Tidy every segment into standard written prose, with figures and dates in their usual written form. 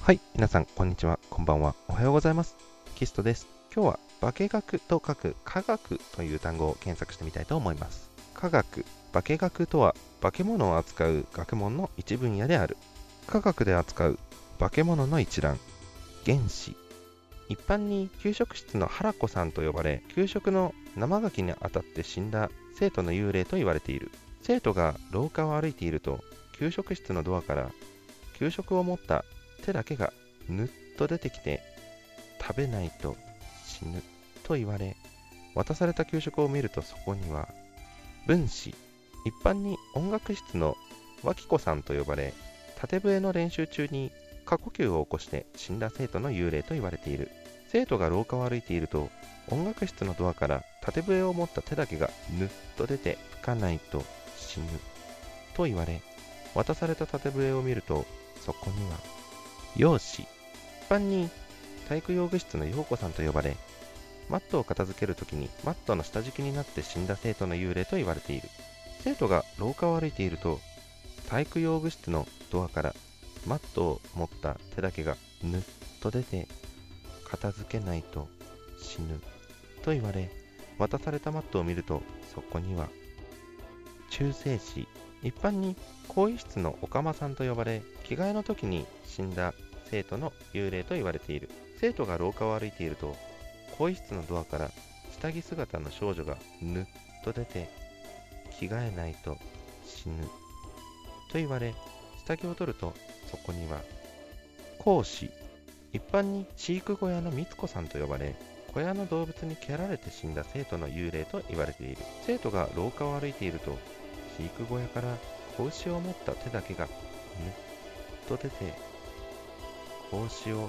はい、皆さん、こんにちは、こんばんは、おはようございます。キストです。今日は、化学と書く科学という単語を検索してみたいと思います。科学、化学とは、化け物を扱う学問の一分野である。科学で扱う化け物の一覧、原子。一般に給食室の原子さんと呼ばれ、給食の生牡蠣に当たって死んだ生徒の幽霊と言われている。生徒が廊下を歩いていると、給食室のドアから給食を持った手だけがぬっと出てきて、食べないと死ぬと言われ、渡された給食を見るとそこには分子、一般に音楽室の脇子さんと呼ばれ、縦笛の練習中に過呼吸を起こして死んだ生徒の幽霊と言われている。生徒が廊下を歩いていると、音楽室のドアから縦笛を持った手だけがぬっと出て吹かないと死ぬと言われ、渡された縦笛を見るとそこには容姿、一般に体育用具室の陽子さんと呼ばれ、マットを片付けるときにマットの下敷きになって死んだ生徒の幽霊と言われている。生徒が廊下を歩いていると、体育用具室のドアからマットを持った手だけがぬっと出て、片付けないと死ぬと言われ、渡されたマットを見るとそこには中性子、一般に更衣室のおかまさんと呼ばれ、着替えの時に死んだ生徒の幽霊と言われている。生徒が廊下を歩いていると、更衣室のドアから下着姿の少女がぬっと出て、着替えないと死ぬと言われ、下着を取るとそこには講師、一般に飼育小屋のみつこさんと呼ばれ、小屋の動物に蹴られて死んだ生徒の幽霊と言われている。生徒が廊下を歩いていると、飼育小屋から子牛を持った手だけがぬっと出て、子牛を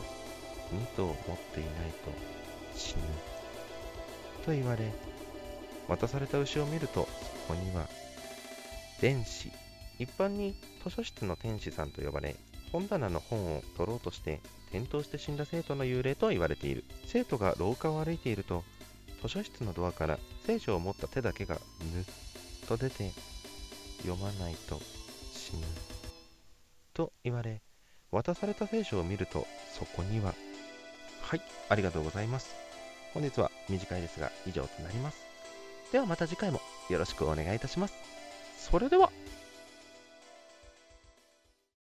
2頭持っていないと死ぬと言われ、渡された牛を見るとそこには天使、一般に図書室の天使さんと呼ばれ、本棚の本を取ろうとして転倒して死んだ生徒の幽霊と言われている。生徒が廊下を歩いていると、図書室のドアから聖書を持った手だけがぬっと出て、読まないと死ぬと言われ、渡された聖書を見るとそこには、はい、ありがとうございます。本日は短いですが以上となります。ではまた次回もよろしくお願いいたします。それでは。